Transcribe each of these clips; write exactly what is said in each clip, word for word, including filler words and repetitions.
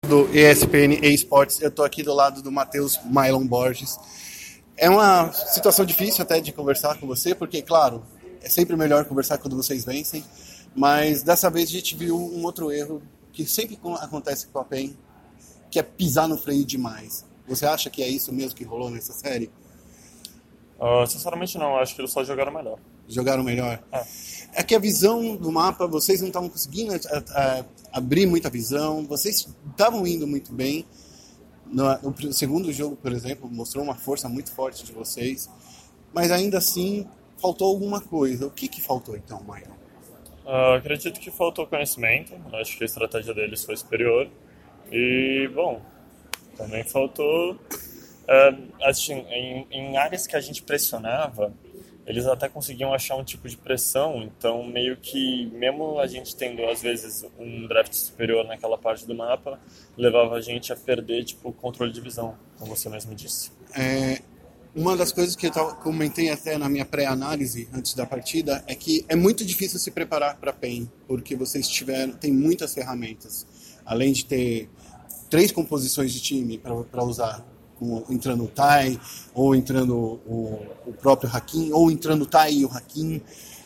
do E S P N eSports. Eu estou aqui do lado do Matheus Mylon Borges. É uma situação difícil até de conversar com você, porque, claro, é sempre melhor conversar quando vocês vencem, mas dessa vez a gente viu um outro erro que sempre acontece com a P E N, que é pisar no freio demais. Você acha que é isso mesmo que rolou nessa série? Uh, sinceramente não, acho que eles só jogaram melhor. Jogaram melhor? É, é que a visão do mapa, vocês não estavam conseguindo a, a, abrir muita visão, vocês estavam indo muito bem. No, no segundo jogo, por exemplo, mostrou uma força muito forte de vocês, mas ainda assim faltou alguma coisa. O que, que faltou então, Michael? uh, acredito que faltou conhecimento, acho que a estratégia deles foi superior. E, bom, também faltou... Uh, assim, em, em áreas que a gente pressionava, eles até conseguiam achar um tipo de pressão, então meio que, mesmo a gente tendo às vezes um draft superior naquela parte do mapa, levava a gente a perder tipo, o controle de visão, como você mesmo disse. É, uma das coisas que eu tava, comentei até na minha pré-análise antes da partida é que é muito difícil se preparar para a P E N, porque vocês tiveram, tem muitas ferramentas, além de ter três composições de time para usar. Entrando o Tai, ou entrando o, o próprio Hakim, ou entrando o Tai e o Hakim.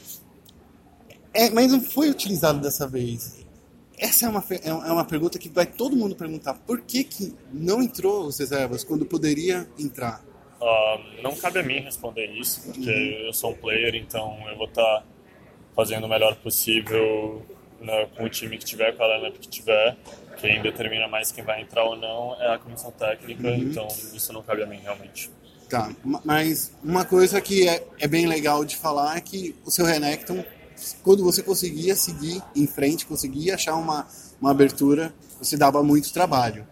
É, mas não foi utilizado dessa vez. Essa é uma, é uma pergunta que vai todo mundo perguntar. Por que, que não entrou os reservas quando poderia entrar? Uh, não cabe a mim responder isso, porque uhum. eu sou um player, então eu vou estar tá fazendo o melhor possível, né, com o time que tiver, com a lineup que tiver. Quem determina mais quem vai entrar ou não é a comissão técnica, uhum. então isso não cabe a mim, realmente. Tá, mas uma coisa que é, é bem legal de falar é que o seu Renekton, quando você conseguia seguir em frente, conseguia achar uma, uma abertura, você dava muito trabalho.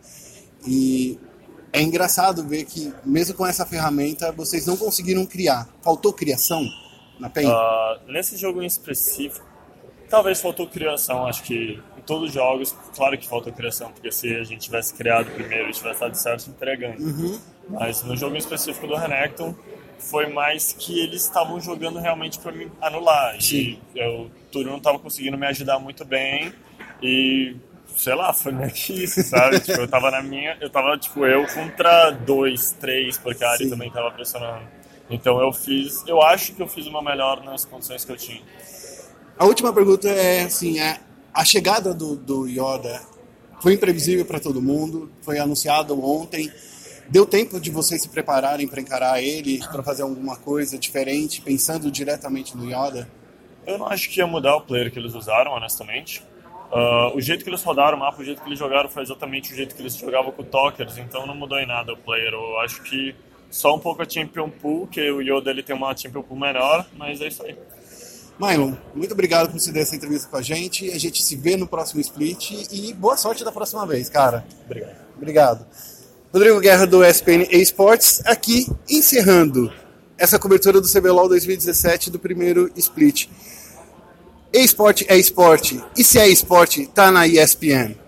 E é engraçado ver que, mesmo com essa ferramenta, vocês não conseguiram criar. Faltou criação na P E N? Uh, nesse jogo em específico, talvez faltou criação, acho que em todos os jogos, claro que faltou criação, porque se a gente tivesse criado primeiro e tivesse dado certo, entregando. Uhum. Mas no jogo em específico do Renekton, foi mais que eles estavam jogando realmente para me anular. Sim. E eu, o Túlio não estava conseguindo me ajudar muito bem e, sei lá, foi meio que isso, sabe? tipo, eu tava na minha, eu tava tipo eu contra dois, três, porque a Ari Sim. também tava pressionando. Então eu fiz, eu acho que eu fiz uma melhor nas condições que eu tinha. A última pergunta é assim, a, a chegada do, do Yoda foi imprevisível para todo mundo, foi anunciado ontem, deu tempo de vocês se prepararem para encarar ele, para fazer alguma coisa diferente, pensando diretamente no Yoda? Eu não acho que ia mudar o player que eles usaram, honestamente. Uh, o jeito que eles rodaram o mapa, o jeito que eles jogaram foi exatamente o jeito que eles jogavam com o Talkers, então não mudou em nada o player. Eu acho que só um pouco a Champion Pool, que o Yoda ele tem uma Champion Pool menor, mas é isso aí. Mylon, muito obrigado por você dar essa entrevista com a gente. A gente se vê no próximo split e boa sorte da próxima vez, cara. Obrigado. Obrigado. Rodrigo Guerra do E S P N eSports, aqui encerrando essa cobertura do C B L O L dois mil e dezessete do primeiro split. eSport é esporte, e se é esporte, tá na E S P N.